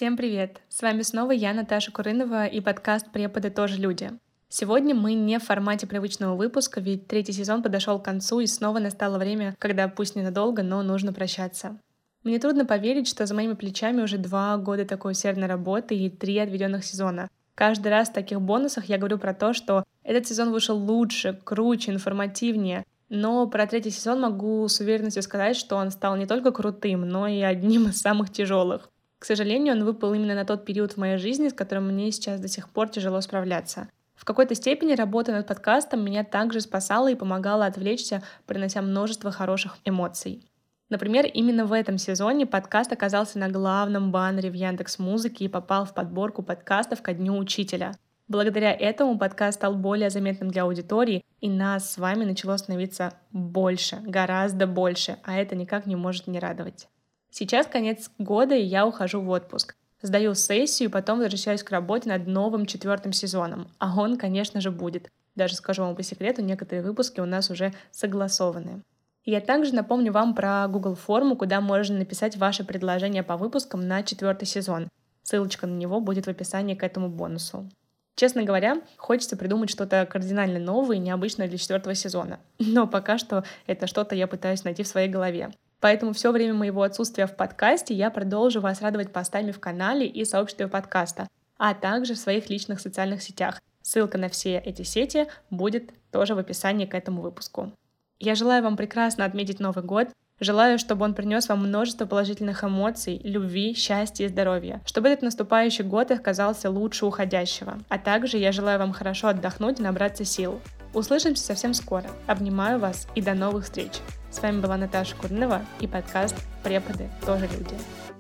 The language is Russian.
Всем привет! С вами снова я, Наташа Курынова, и подкаст «Преподы тоже люди». Сегодня мы не в формате привычного выпуска, ведь третий сезон подошел к концу, и снова настало время, когда пусть ненадолго, но нужно прощаться. Мне трудно поверить, что за моими плечами уже 2 года такой усердной работы и 3 отведенных сезона. Каждый раз в таких бонусах я говорю про то, что этот сезон вышел лучше, круче, информативнее. Но про третий сезон могу с уверенностью сказать, что он стал не только крутым, но и одним из самых тяжелых. К сожалению, он выпал именно на тот период в моей жизни, с которым мне сейчас до сих пор тяжело справляться. В какой-то степени работа над подкастом меня также спасала и помогала отвлечься, принося множество хороших эмоций. Например, именно в этом сезоне подкаст оказался на главном баннере в Яндекс.Музыке и попал в подборку подкастов ко Дню Учителя. Благодаря этому подкаст стал более заметным для аудитории, и нас с вами начало становиться больше, гораздо больше, а это никак не может не радовать. Сейчас конец года, и я ухожу в отпуск. Сдаю сессию, и потом возвращаюсь к работе над новым 4 сезоном. А он, конечно же, будет. Даже скажу вам по секрету, некоторые выпуски у нас уже согласованы. Я также напомню вам про Google форму, куда можно написать ваши предложения по выпускам на 4 сезон. Ссылочка на него будет в описании к этому бонусу. Честно говоря, хочется придумать что-то кардинально новое и необычное для 4 сезона. Но пока что это что-то я пытаюсь найти в своей голове. Поэтому все время моего отсутствия в подкасте я продолжу вас радовать постами в канале и сообществе подкаста, а также в своих личных социальных сетях. Ссылка на все эти сети будет тоже в описании к этому выпуску. Я желаю вам прекрасно отметить Новый год. Желаю, чтобы он принес вам множество положительных эмоций, любви, счастья и здоровья. Чтобы этот наступающий год оказался лучше уходящего. А также я желаю вам хорошо отдохнуть и набраться сил. Услышимся совсем скоро. Обнимаю вас и до новых встреч. С вами была Наташа Курынова и подкаст «Преподы тоже люди».